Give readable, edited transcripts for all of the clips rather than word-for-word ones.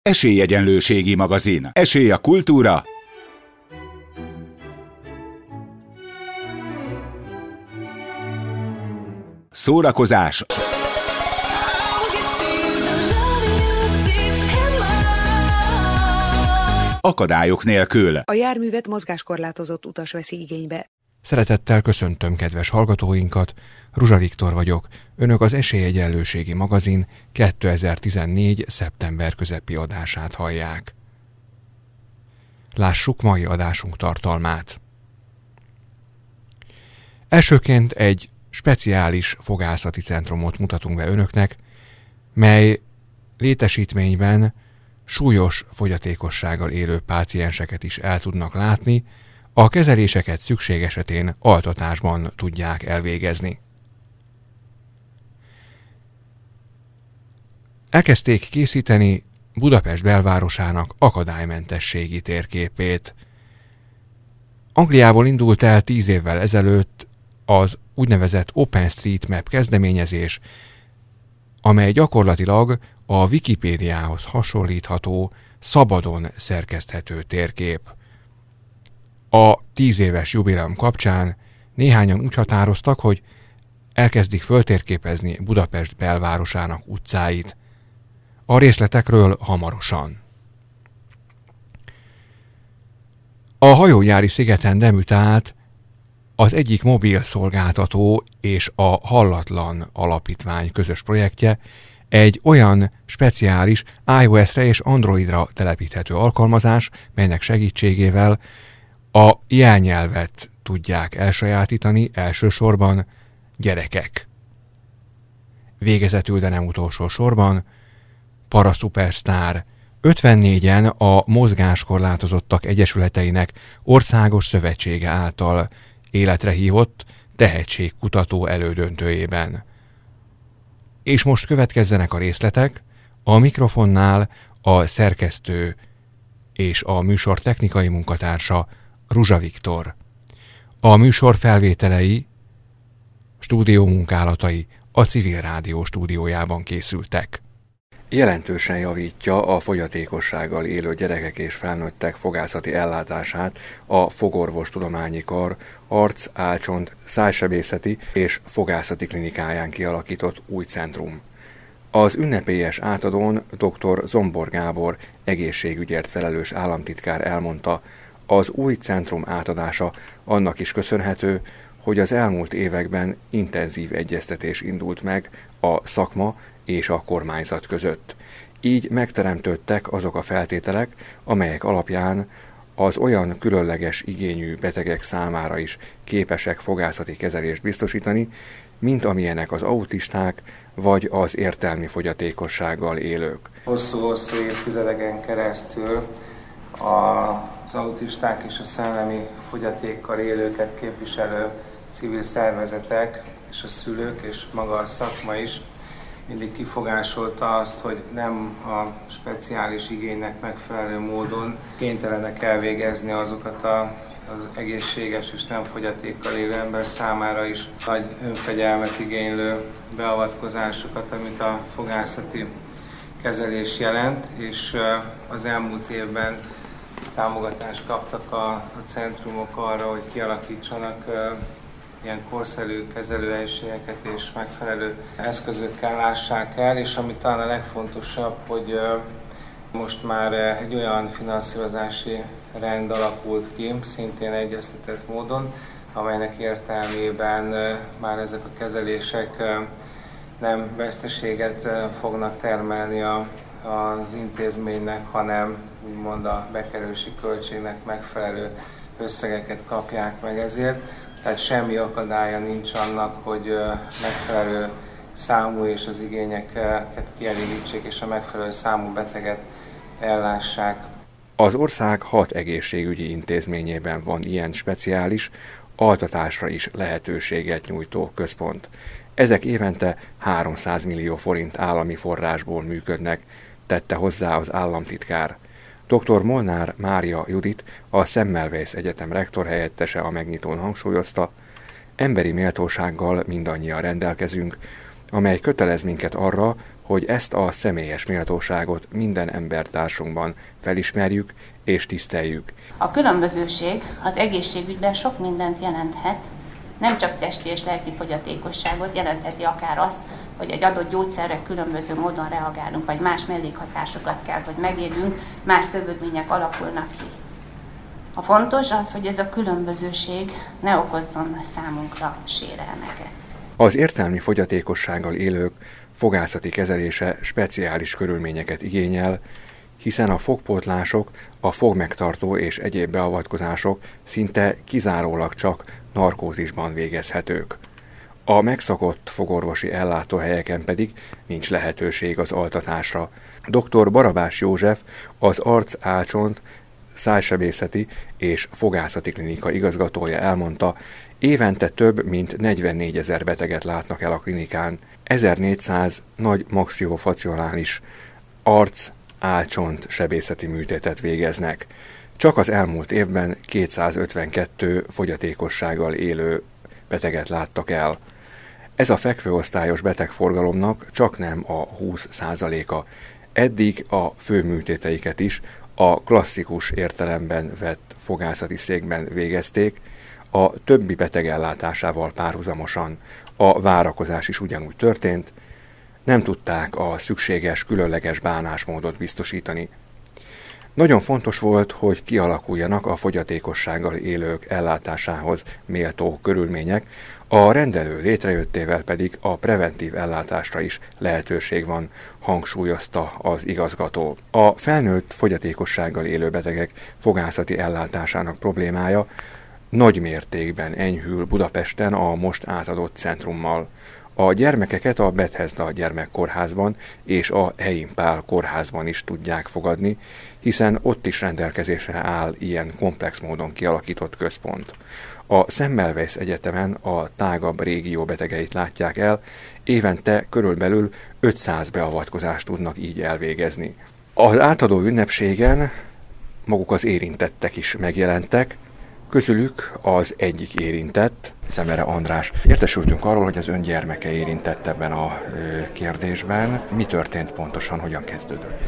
Esélyegyenlőségi magazin. Esély a kultúra. Szórakozás. Akadályok nélkül. A járművet mozgáskorlátozott utas veszi igénybe. Szeretettel köszöntöm kedves hallgatóinkat, Ruzsa Viktor vagyok, önök az Esélyegyenlőségi magazin 2014. szeptember közepi adását hallják. Lássuk mai adásunk tartalmát. Elsőként egy speciális fogászati centrumot mutatunk be önöknek, mely létesítményben súlyos fogyatékossággal élő pácienseket is el tudnak látni, a kezeléseket szükség esetén altatásban tudják elvégezni. Elkezdték készíteni Budapest belvárosának akadálymentességi térképét. Angliából indult el 10 évvel ezelőtt az úgynevezett OpenStreetMap kezdeményezés, amely gyakorlatilag a Wikipédiához hasonlítható, szabadon szerkeszthető térkép. A 10 éves jubileum kapcsán néhányan úgy határoztak, hogy elkezdik föltérképezni Budapest belvárosának utcáit. A részletekről hamarosan. A hajógyári szigeten debütált az egyik mobil szolgáltató és a Hallatlan Alapítvány közös projektje, egy olyan speciális iOS-re és Androidra telepíthető alkalmazás, melynek segítségével a jelnyelvet tudják elsajátítani elsősorban gyerekek. Végezetül, de nem utolsó sorban, Paraszupersztár 54-en a Mozgáskorlátozottak Egyesületeinek Országos Szövetsége által életre hívott tehetségkutató elődöntőjében. És most következzenek a részletek, a mikrofonnál a szerkesztő és a műsor technikai munkatársa Ruzsa Viktor. A műsor felvételei, stúdiómunkálatai a Civil Rádió stúdiójában készültek. Jelentősen javítja a fogyatékossággal élő gyerekek és felnőttek fogászati ellátását a Fogorvostudományi Kar arc-, állcsont-, szájsebészeti és fogászati klinikáján kialakított új centrum. Az ünnepélyes átadón dr. Zombor Gábor egészségügyért felelős államtitkár elmondta, az új centrum átadása annak is köszönhető, hogy az elmúlt években intenzív egyeztetés indult meg a szakma és a kormányzat között. Így megteremtődtek azok a feltételek, amelyek alapján az olyan különleges igényű betegek számára is képesek fogászati kezelést biztosítani, mint amilyenek az autisták vagy az értelmi fogyatékossággal élők. Hosszú-hosszú évtizedeken keresztül az autisták és a szellemi fogyatékkal élőket képviselő civil szervezetek és a szülők és maga a szakma is mindig kifogásolta azt, hogy nem a speciális igénynek megfelelő módon kénytelenek elvégezni azokat az egészséges és nem fogyatékkal élő ember számára is nagy önfegyelmet igénylő beavatkozásokat, amit a fogászati kezelés jelent, és az elmúlt évben támogatást kaptak a centrumok arra, hogy kialakítsanak ilyen korszerű kezelőhelyiségeket és megfelelő eszközökkel lássák el, és ami talán a legfontosabb, hogy most már egy olyan finanszírozási rend alakult ki, szintén egyeztetett módon, amelynek értelmében már ezek a kezelések nem veszteséget fognak termelni az intézménynek, hanem úgymond a bekerülési költségnek megfelelő összegeket kapják meg ezért. Tehát semmi akadálya nincs annak, hogy megfelelő számú és az igényeket kielégítsék, és a megfelelő számú beteget ellássák. Az ország 6 egészségügyi intézményében van ilyen speciális, altatásra is lehetőséget nyújtó központ. Ezek évente 300 millió forint állami forrásból működnek, tette hozzá az államtitkár. Dr. Molnár Mária Judit, a Semmelweis Egyetem rektorhelyettese a megnyitón hangsúlyozta, emberi méltósággal mindannyian rendelkezünk, amely kötelez minket arra, hogy ezt a személyes méltóságot minden embertársunkban felismerjük és tiszteljük. A különbözőség az egészségügyben sok mindent jelenthet, nem csak testi és lelki fogyatékosságot, jelentheti akár azt, hogy egy adott gyógyszerre különböző módon reagálunk, vagy más mellékhatásokat kell, hogy megérjünk, más szövődmények alakulnak ki. A fontos az, hogy ez a különbözőség ne okozzon számunkra sérelmeket. Az értelmi fogyatékossággal élők fogászati kezelése speciális körülményeket igényel, hiszen a fogpótlások, a fogmegtartó és egyéb beavatkozások szinte kizárólag csak narkózisban végezhetők. A megszokott fogorvosi ellátóhelyeken pedig nincs lehetőség az altatásra. Dr. Barabás József, az Arc-Álcsont Szájsebészeti és Fogászati Klinika igazgatója elmondta, évente több mint 44 000 beteget látnak el a klinikán, 1400 nagy maxilofacialális arc-álcsont sebészeti műtétet végeznek. Csak az elmúlt évben 252 fogyatékossággal élő beteget láttak el. Ez a fekvőosztályos betegforgalomnak csaknem a 20%-a. Eddig a fő műtéteiket is a klasszikus értelemben vett fogászati székben végezték, a többi beteg ellátásával párhuzamosan a várakozás is ugyanúgy történt, nem tudták a szükséges, különleges bánásmódot biztosítani. Nagyon fontos volt, hogy kialakuljanak a fogyatékossággal élők ellátásához méltó körülmények, a rendelő létrejöttével pedig a preventív ellátásra is lehetőség van, hangsúlyozta az igazgató. A felnőtt fogyatékossággal élő betegek fogászati ellátásának problémája nagy mértékben enyhül Budapesten a most átadott centrummal. A gyermekeket a Bethesda gyermekkórházban és a Helyim Pál kórházban is tudják fogadni, hiszen ott is rendelkezésre áll ilyen komplex módon kialakított központ. A Semmelweis Egyetemen a tágabb régió betegeit látják el, évente körülbelül 500 beavatkozást tudnak így elvégezni. Az átadó ünnepségen maguk az érintettek is megjelentek, közülük az egyik érintett, Szemere András. Értesültünk arról, hogy az ön gyermeke érintett ebben a kérdésben. Mi történt pontosan, hogyan kezdődött?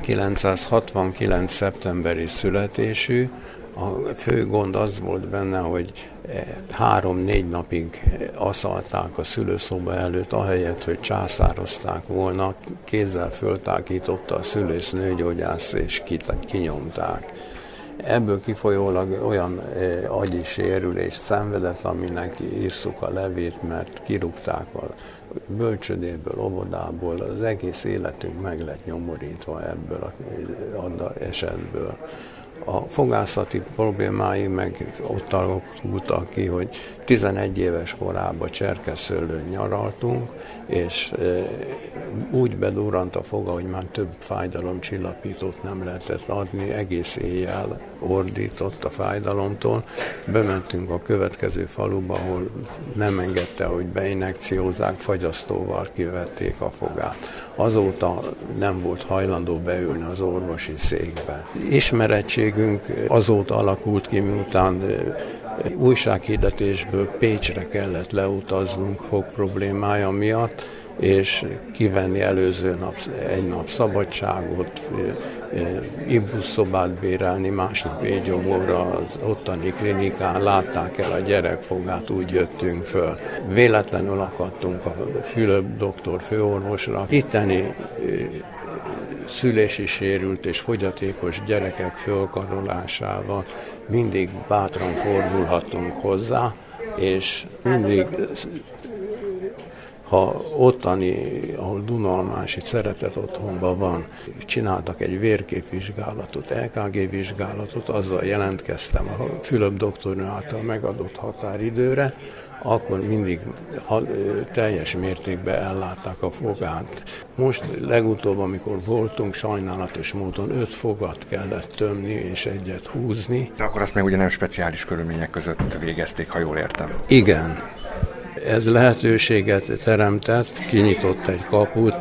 1969. szeptemberi születésű. A fő gond az volt benne, hogy 3-4 napig aszalták a szülőszoba előtt, ahelyett, hogy császározták volna, kézzel föltákította a szülész nőgyógyász és kinyomták. Ebből kifolyólag olyan agyi sérülés szenvedett, aminek isszuk a levét, mert kirúgták a bölcsödéből, óvodából, az egész életünk meg lett nyomorítva ebből az esetből. A fogászati problémái meg ott alakultak ki, hogy 11 éves korában Cserkeszőlőn nyaraltunk, és úgy bedurrant a foga, hogy már több fájdalomcsillapítót nem lehetett adni, egész éjjel ordított a fájdalomtól. Bementünk a következő faluba, ahol nem engedte, hogy beinjekciózzák, fagyasztóval kivették a fogát. Azóta nem volt hajlandó beülni az orvosi székbe. Ismerettségünk azóta alakult ki, miután újsághirdetésből Pécsre kellett leutaznunk fog problémája miatt, és kivenni előző nap, egy nap szabadságot, ibuszszobát bérelni, másnap éjgyomorra az ottani klinikán látták el a gyerekfogát, úgy jöttünk föl. Véletlenül akadtunk a Fülöp doktor főorvosra. Itteni szülési sérült és fogyatékos gyerekek fölkarolásával mindig bátran fordulhatunk hozzá, és mindig, ha ottani, ahol Dunalmási Szeretet Otthonban van, csináltak egy vérképvizsgálatot, EKG vizsgálatot, azzal jelentkeztem a Fülöp doktornő által megadott határidőre, akkor mindig teljes mértékben ellátták a fogát. Most legutóbb, amikor voltunk, sajnálatos módon 5 fogat kellett tömni és egyet húzni. De akkor azt meg ugye nem speciális körülmények között végezték, ha jól értem. Igen. Ez lehetőséget teremtett, kinyitott egy kaput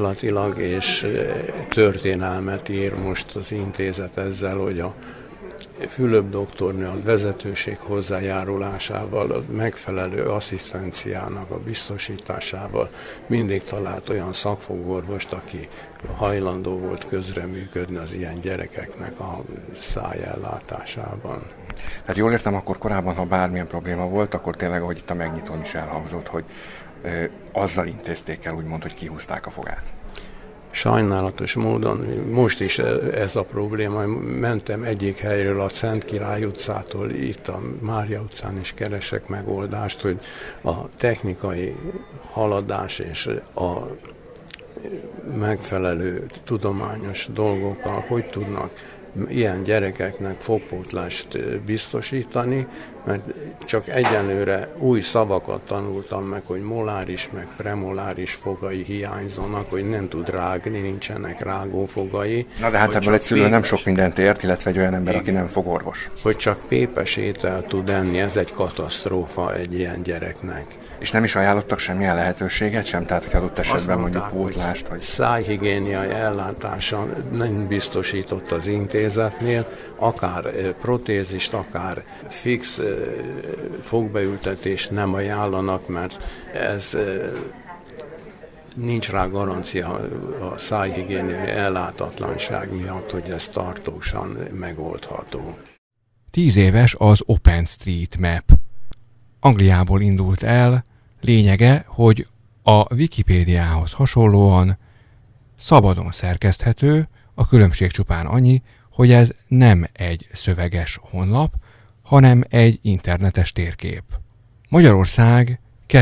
gyakorlatilag, és történelmet ír most az intézet ezzel, hogy a Fülöp doktornő a vezetőség hozzájárulásával, a megfelelő asszisztenciának a biztosításával mindig talált olyan szakfogorvost, aki hajlandó volt közreműködni az ilyen gyerekeknek a szájellátásában. Tehát jól értem, akkor korábban, ha bármilyen probléma volt, akkor tényleg, ahogy itt a megnyitón is elhangzott, hogy azzal intézték el, úgymond, hogy kihúzták a fogát. Sajnálatos módon most is ez a probléma. Mentem egyik helyről, a Szent Király utcától, itt a Mária utcán is keresek megoldást, hogy a technikai haladás és a megfelelő tudományos dolgokkal hogy tudnak ilyen gyerekeknek fogpótlást biztosítani, mert csak egyenlőre új szavakat tanultam meg, hogy moláris, meg premoláris fogai hiányzanak, hogy nem tud rágni, nincsenek rágófogai. Na de hát ebből egy szülő nem sok mindent ért, illetve egy olyan ember, aki nem fogorvos. Hogy csak pépes ételt tud enni, ez egy katasztrófa egy ilyen gyereknek. És nem is ajánlottak semmilyen lehetőséget sem? Tehát, hogy adott esetben mondjuk pótlást? Hogy szájhigiéniai ellátása nem biztosított az intézetnél, akár protézist, akár fix fogbeültetést nem ajánlanak, mert ez nincs rá garancia a szájhigiéniai ellátatlanság miatt, hogy ez tartósan megoldható. 10 éves az OpenStreetMap. Angliából indult el, lényege, hogy a Wikipédiához hasonlóan szabadon szerkeszthető, a különbség csupán annyi, hogy ez nem egy szöveges honlap, hanem egy internetes térkép. Magyarország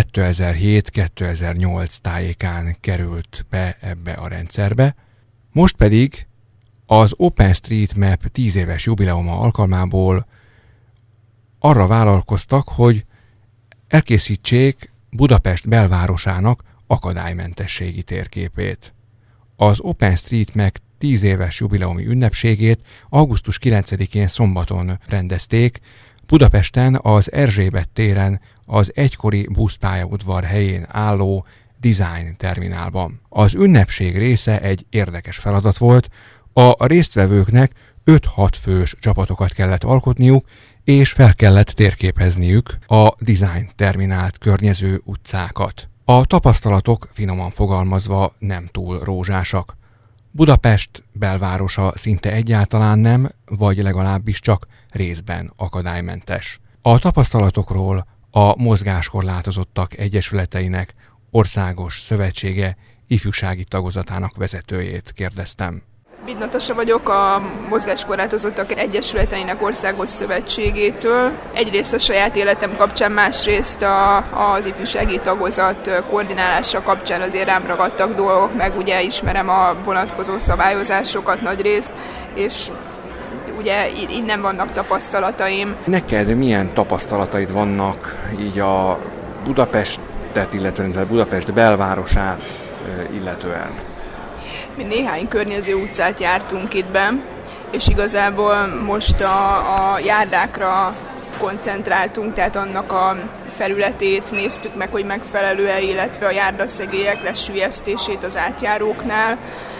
2007-2008 tájékán került be ebbe a rendszerbe, most pedig az OpenStreetMap 10 éves jubileuma alkalmából arra vállalkoztak, hogy elkészítsék Budapest belvárosának akadálymentességi térképét. Az OpenStreetMap 10 éves jubileumi ünnepségét augusztus 9-én szombaton rendezték, Budapesten az Erzsébet téren az egykori buszpályaudvar helyén álló Design terminálban. Az ünnepség része egy érdekes feladat volt, a résztvevőknek 5-6 fős csapatokat kellett alkotniuk, és fel kellett térképezniük a Design terminált környező utcákat. A tapasztalatok finoman fogalmazva nem túl rózsásak. Budapest belvárosa szinte egyáltalán nem, vagy legalábbis csak részben akadálymentes. A tapasztalatokról a Mozgáskorlátozottak Egyesületeinek Országos Szövetsége ifjúsági tagozatának vezetőjét kérdeztem. Bid Natasha vagyok, a Mozgáskorlátozottak Egyesületeinek Országos Szövetségétől. Egyrészt a saját életem kapcsán, másrészt az ifjúsági tagozat koordinálása kapcsán azért rám ragadtak dolgok, meg ugye ismerem a vonatkozó szabályozásokat nagyrészt, és ugye innen vannak tapasztalataim. Neked milyen tapasztalataid vannak így a Budapestet, illetve Budapest belvárosát illetően? Mi néhány környező utcát jártunk itt be, és igazából most a járdákra koncentráltunk, tehát annak a felületét néztük meg, hogy megfelelő-e, illetve a járdaszegélyek lesüllyesztését az átjáróknál,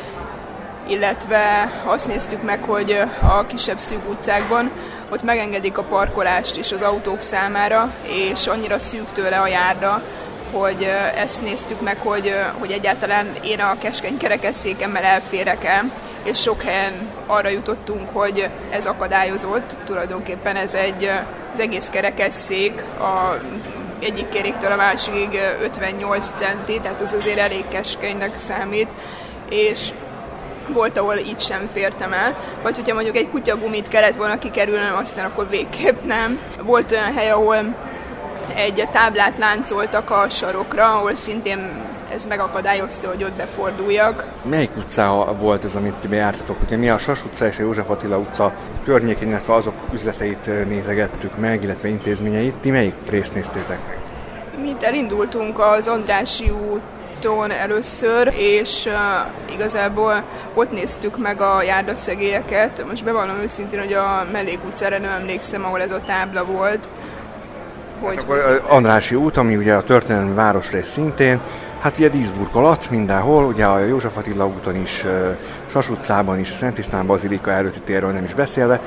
illetve azt néztük meg, hogy a kisebb szűk utcákban ott megengedik a parkolást is az autók számára, és annyira szűk tőle a járda, hogy ezt néztük meg, hogy egyáltalán én a keskeny kerekesszékemmel elférek el, és sok helyen arra jutottunk, hogy ez akadályozott. Tulajdonképpen ez az egész kerekesszék egyik keréktől a másikig 58 centi, tehát ez azért elég keskenynek számít, és volt, ahol így sem fértem el, vagy hogyha mondjuk egy kutyagumit kellett volna kikerülnöm, aztán akkor végképp nem. Volt olyan hely, ahol egy táblát láncoltak a sarokra, ahol szintén ez megakadályozta, hogy ott beforduljak. Melyik utca volt ez, amit bejártatok? Ugye mi a Sas utca és a József Attila utca környékén, illetve azok üzleteit nézegettük meg, illetve intézményeit. Ti melyik részt néztétek meg? Mi elindultunk az Andrássy úton először, és igazából ott néztük meg a járdaszegélyeket. Most bevallom őszintén, hogy a Mellék utcára nem emlékszem, ahol ez a tábla volt. Hát akkor Andrássy út, ami ugye a történelmi városrész szintén, hát ugye díszburkolat mindenhol, ugye a József Attila úton is, Sas utcában is, a Szent István Bazilika előtti térről nem is beszélve.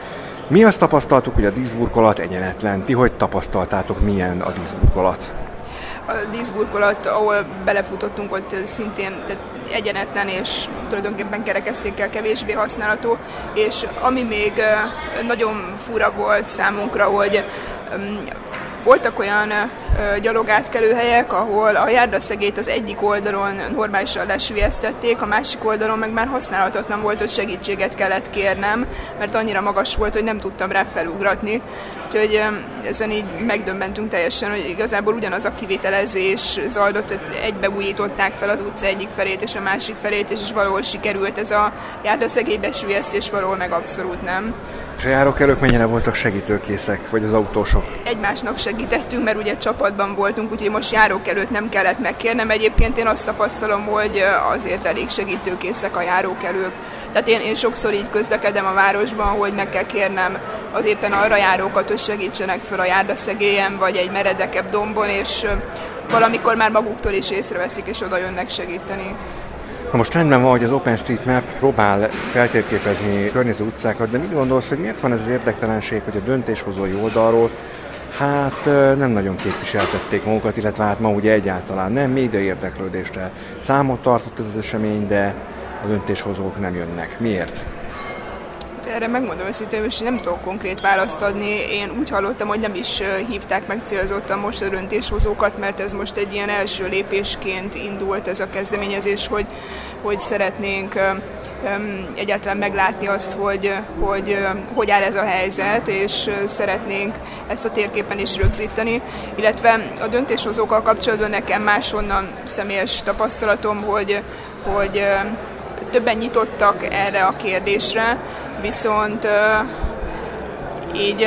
Mi azt tapasztaltuk, hogy a díszburkolat egyenetlen. Ti hogy tapasztaltátok, milyen a díszburkolat? A díszburkolat, ahol belefutottunk, ott szintén egyenetlen és tulajdonképpen kerekesszékkel kevésbé használható, és ami még nagyon fura volt számunkra, hogy voltak olyan gyalogátkelőhelyek, ahol a járdaszegélyt az egyik oldalon normálisan lesüllyesztették, a másik oldalon meg már használhatatlan volt, hogy segítséget kellett kérnem, mert annyira magas volt, hogy nem tudtam rá felugratni. Úgyhogy ezen így megdöbbentünk teljesen, hogy igazából ugyanaz a kivitelezés zajlott, hogy egybe újították fel az utca egyik felét és a másik felét, és valahol sikerült ez a járdaszegélybe süllyesztés, valahol meg abszolút nem. És a járókelők mennyire voltak segítőkészek, vagy az autósok? Egymásnak segítettünk, mert ugye csapatban voltunk, úgyhogy most járókelőt nem kellett megkérnem. Egyébként én azt tapasztalom, hogy azért elég segítőkészek a járókelők. Tehát én sokszor így közlekedem a városban, hogy meg kell kérnem az éppen arra járókat, hogy segítsenek föl a járdaszegélyen, vagy egy meredekebb dombon, és valamikor már maguktól is észreveszik, és oda jönnek segíteni. Na most rendben van, hogy az OpenStreetMap próbál feltérképezni környező utcákat, de mit gondolsz, hogy miért van ez az érdektelenség, hogy a döntéshozói oldalról nem nagyon képviseltették magukat, illetve hát ma ugye egyáltalán nem, média érdeklődésre számot tartott ez az esemény, de a döntéshozók nem jönnek. Miért? Erre megmondom őszintén, hogy nem tudok konkrét választ adni. Én úgy hallottam, hogy nem is hívták meg célzottan most a döntéshozókat, mert ez most egy ilyen első lépésként indult ez a kezdeményezés, hogy szeretnénk egyáltalán meglátni azt, hogy áll ez a helyzet, és szeretnénk ezt a térképen is rögzíteni. Illetve a döntéshozókkal kapcsolatban nekem máshonnan személyes tapasztalatom, hogy többen nyitottak erre a kérdésre, viszont így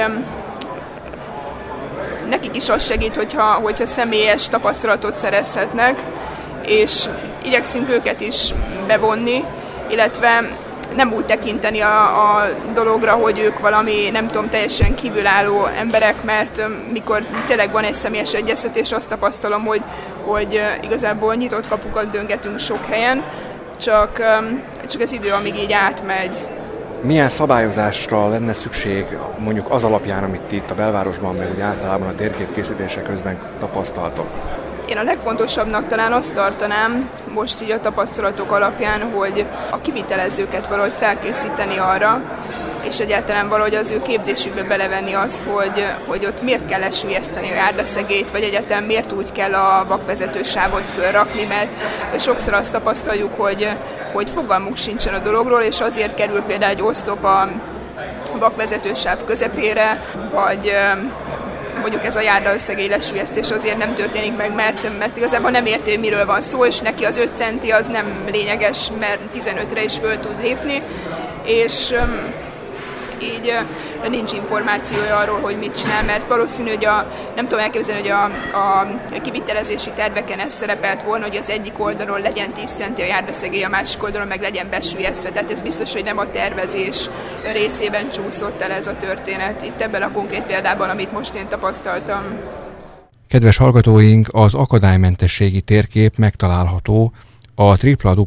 nekik is az segít, hogyha személyes tapasztalatot szerezhetnek, és igyekszünk őket is bevonni, illetve nem úgy tekinteni a dologra, hogy ők valami, nem tudom, teljesen kívülálló emberek, mert mikor tényleg van egy személyes egyeztetés, azt tapasztalom, hogy igazából nyitott kapukat döngetünk sok helyen, csak ez idő, amíg így átmegy. Milyen szabályozásra lenne szükség mondjuk az alapján, amit itt a belvárosban, meg úgy általában a térképkészítése közben tapasztaltok? Én a legfontosabbnak talán azt tartanám, most így a tapasztalatok alapján, hogy a kivitelezőket valahogy felkészíteni arra, és egyáltalán valahogy az ő képzésükbe belevenni azt, hogy ott miért kell lesüllyeszteni a járdaszegélyt, vagy egyáltalán miért úgy kell a vakvezetősávot fölrakni, mert sokszor azt tapasztaljuk, hogy fogalmuk sincsen a dologról, és azért kerül például egy oszlop a vakvezetősáv közepére, vagy mondjuk ez a járdaszegély lesüllyesztés azért nem történik meg, mert igazából nem érti, hogy miről van szó, és neki az 5 centi az nem lényeges, mert 15-re is föl tud lépni, és így nincs információja arról, hogy mit csinál, mert valószínű, hogy nem tudom elképzelni, hogy a kivitelezési terveken ez szerepelt volna, hogy az egyik oldalon legyen 10 centi a járdaszegély, a másik oldalon meg legyen besüllyesztve, tehát ez biztos, hogy nem a tervezés részében csúszott el ez a történet, itt ebben a konkrét példában, amit most én tapasztaltam. Kedves hallgatóink, az akadálymentességi térkép megtalálható a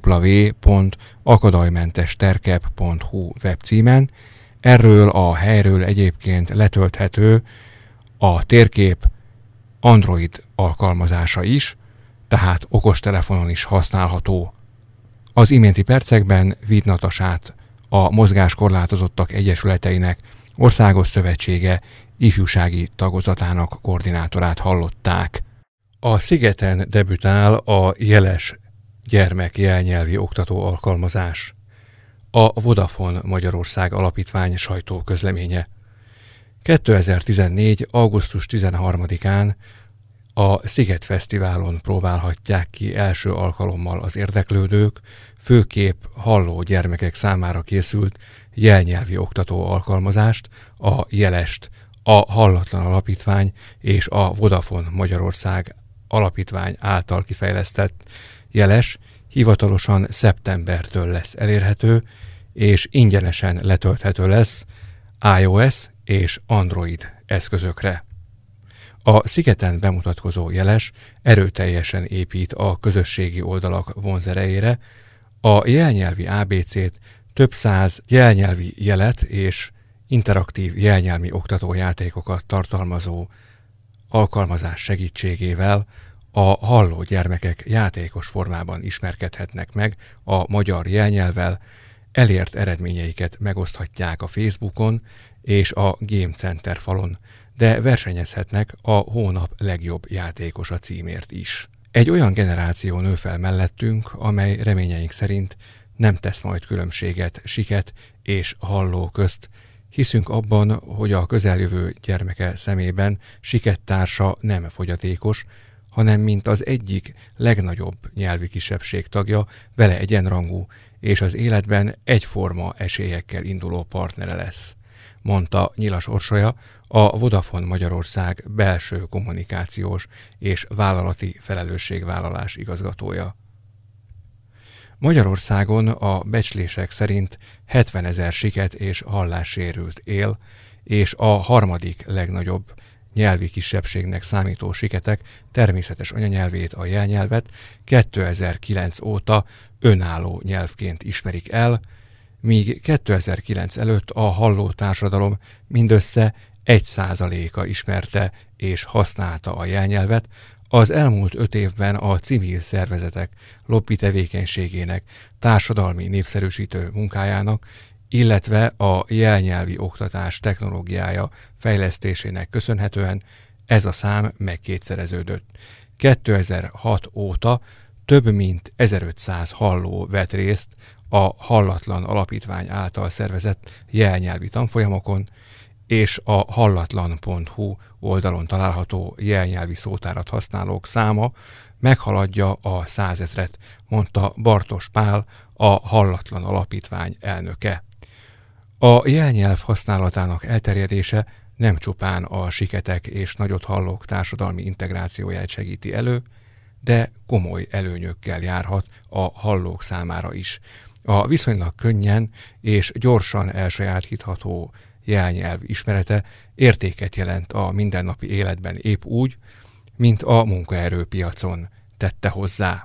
www.akadálymentesterkep.hu webcímen. Erről a helyről egyébként letölthető a térkép Android alkalmazása is, tehát okostelefonon is használható. Az iménti percekben Vid Natasát, a Mozgáskorlátozottak Egyesületeinek Országos Szövetsége ifjúsági tagozatának koordinátorát hallották. A Szigeten debütál a Jeles gyermekjelnyelvi oktató alkalmazás. A Vodafone Magyarország Alapítvány sajtóközleménye. 2014. augusztus 13-án a Sziget Fesztiválon próbálhatják ki első alkalommal az érdeklődők, főképp halló gyermekek számára készült jelnyelvi oktató alkalmazást, a Jelest, a Hallatlan Alapítvány és a Vodafone Magyarország Alapítvány által kifejlesztett Jeles hivatalosan szeptembertől lesz elérhető, és ingyenesen letölthető lesz iOS és Android eszközökre. A Szigeten bemutatkozó Jeles erőteljesen épít a közösségi oldalak vonzerejére, a jelnyelvi ABC-t több száz jelnyelvi jelet és interaktív jelnyelmi oktatójátékokat tartalmazó alkalmazás segítségével a halló gyermekek játékos formában ismerkedhetnek meg a magyar jelnyelvvel, elért eredményeiket megoszthatják a Facebookon és a Game Center falon, de versenyezhetnek a hónap legjobb játékosa címért is. Egy olyan generáció nő fel mellettünk, amely reményeink szerint nem tesz majd különbséget siket és halló közt. Hiszünk abban, hogy a közeljövő gyermeke szemében siket társa nem fogyatékos, hanem mint az egyik legnagyobb nyelvi kisebbség tagja, vele egyenrangú, és az életben egyforma esélyekkel induló partnere lesz, mondta Nyilas Orsolya, a Vodafone Magyarország belső kommunikációs és vállalati felelősségvállalás igazgatója. Magyarországon a becslések szerint 70 000 siket és hallássérült él, és a harmadik legnagyobb nyelvi kisebbségnek számító siketek természetes anyanyelvét, a jelnyelvet 2009 óta önálló nyelvként ismerik el, míg 2009 előtt a halló társadalom mindössze 1%-a ismerte és használta a jelnyelvet, az elmúlt 5 évben a civil szervezetek lobby tevékenységének, társadalmi népszerűsítő munkájának, illetve a jelnyelvi oktatás technológiája fejlesztésének köszönhetően ez a szám megkétszereződött. 2006 óta több mint 1500 halló vett részt a Hallatlan Alapítvány által szervezett jelnyelvi tanfolyamokon, és a hallatlan.hu oldalon található jelnyelvi szótárat használók száma meghaladja a 100 000-et, mondta Bartos Pál, a Hallatlan Alapítvány elnöke. A jelnyelv használatának elterjedése nem csupán a siketek és nagyot hallók társadalmi integrációját segíti elő, de komoly előnyökkel járhat a hallók számára is. A viszonylag könnyen és gyorsan elsajátítható jelnyelv ismerete értéket jelent a mindennapi életben épp úgy, mint a munkaerőpiacon, tette hozzá.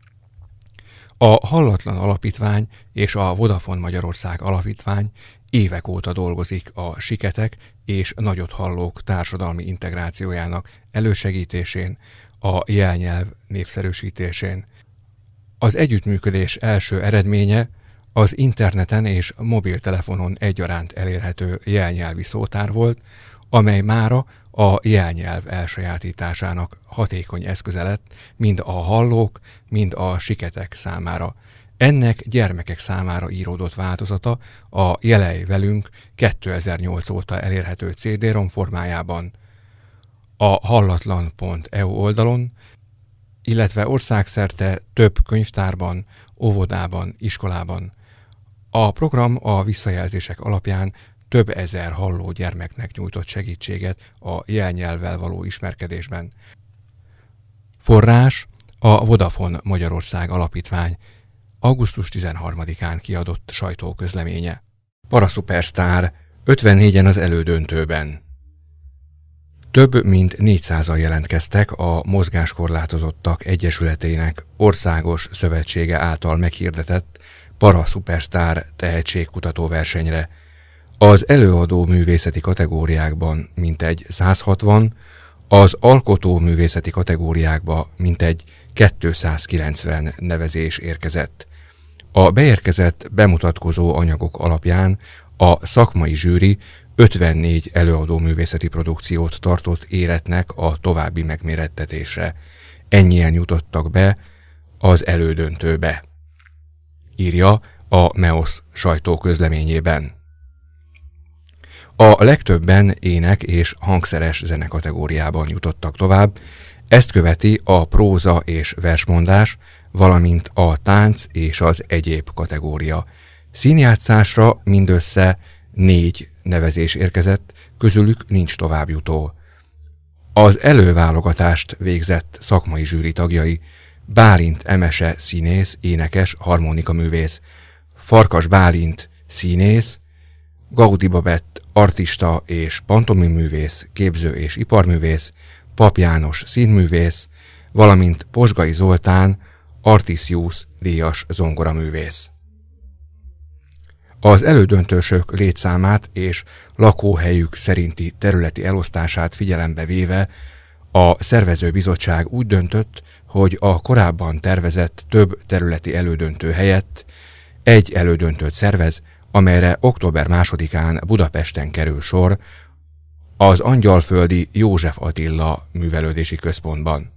A Hallatlan Alapítvány és a Vodafone Magyarország Alapítvány évek óta dolgozik a siketek és nagyot hallók társadalmi integrációjának elősegítésén, a jelnyelv népszerűsítésén. Az együttműködés első eredménye az interneten és mobiltelefonon egyaránt elérhető jelnyelvi szótár volt, amely mára a jelnyelv elsajátításának hatékony eszköze lett mind a hallók, mind a siketek számára. Ennek gyermekek számára íródott változata a Jelej velünk 2008 óta elérhető CD-ROM formájában, a hallatlan.eu oldalon, illetve országszerte több könyvtárban, óvodában, iskolában. A program a visszajelzések alapján több ezer halló gyermeknek nyújtott segítséget a jelnyelvvel való ismerkedésben. Forrás a Vodafone Magyarország Alapítvány augusztus 13-án kiadott sajtóközleménye. Paraszupersztár 54-en az elődöntőben. Több mint 400-an jelentkeztek a Mozgáskorlátozottak Egyesületének országos szövetsége által meghirdetett Paraszupersztár tehetségkutató versenyre. Az előadó művészeti kategóriákban mintegy 160, az alkotó művészeti kategóriákba mintegy 290 nevezés érkezett. A beérkezett bemutatkozó anyagok alapján a szakmai zsűri 54 előadó művészeti produkciót tartott éretnek a további megmérettetésre. Ennyien jutottak be az elődöntőbe, írja a MEOS sajtóközleményében. A legtöbben ének és hangszeres zene kategóriában jutottak tovább, ezt követi a próza és versmondás, valamint a tánc és az egyéb kategória. Színjátszásra mindössze 4 nevezés érkezett, közülük nincs továbbjutó. Az előválogatást végzett szakmai zsűri tagjai: Bálint Emese színész, énekes, harmonikaművész, Farkas Bálint színész, Gaudi Babett artista és pantomiművész, képző és iparművész, Pap János színművész, valamint Posgai Zoltán Artisius díjas zongoraművész. Az elődöntősök létszámát és lakóhelyük szerinti területi elosztását figyelembe véve a szervezőbizottság úgy döntött, hogy a korábban tervezett több területi elődöntő helyett egy elődöntőt szervez, amelyre október 2-án Budapesten kerül sor az Angyalföldi József Attila Művelődési Központban.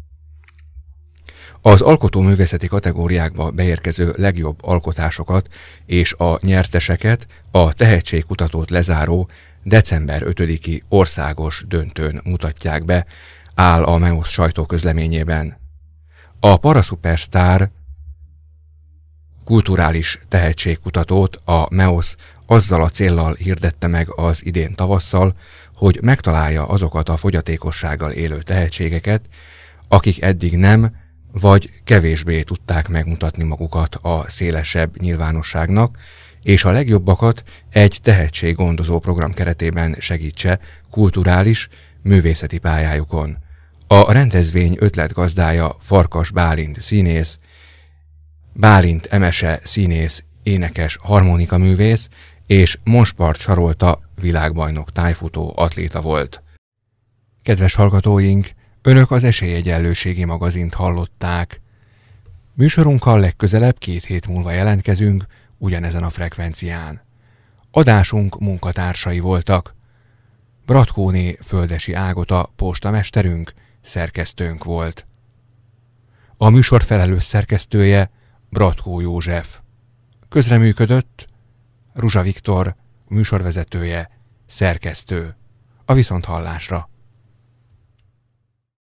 Az alkotóművészeti kategóriákba beérkező legjobb alkotásokat és a nyerteseket a tehetségkutatót lezáró december 5-i országos döntőn mutatják be, áll a MEOS sajtóközleményében. A Paraszupersztár kulturális tehetségkutatót a MEOS azzal a céllal hirdette meg az idén tavasszal, hogy megtalálja azokat a fogyatékossággal élő tehetségeket, akik eddig nem vagy kevésbé tudták megmutatni magukat a szélesebb nyilvánosságnak, és a legjobbakat egy tehetséggondozó program keretében segítse kulturális, művészeti pályájukon. A rendezvény ötletgazdája Farkas Bálint színész, Bálint Emese színész, énekes, harmonikaművész és Monspart Sarolta világbajnok tájfutó atléta volt. Kedves hallgatóink, Önök az Esélyegyenlőségi magazint hallották. Műsorunkkal legközelebb 2 hét múlva jelentkezünk ugyanezen a frekvencián. Adásunk munkatársai voltak. Bratkóné Földesi Ágota postamesterünk, szerkesztőnk volt. A műsor felelős szerkesztője Bratkó József. Közreműködött Ruzsa Viktor, műsorvezetője, szerkesztő. A viszonthallásra.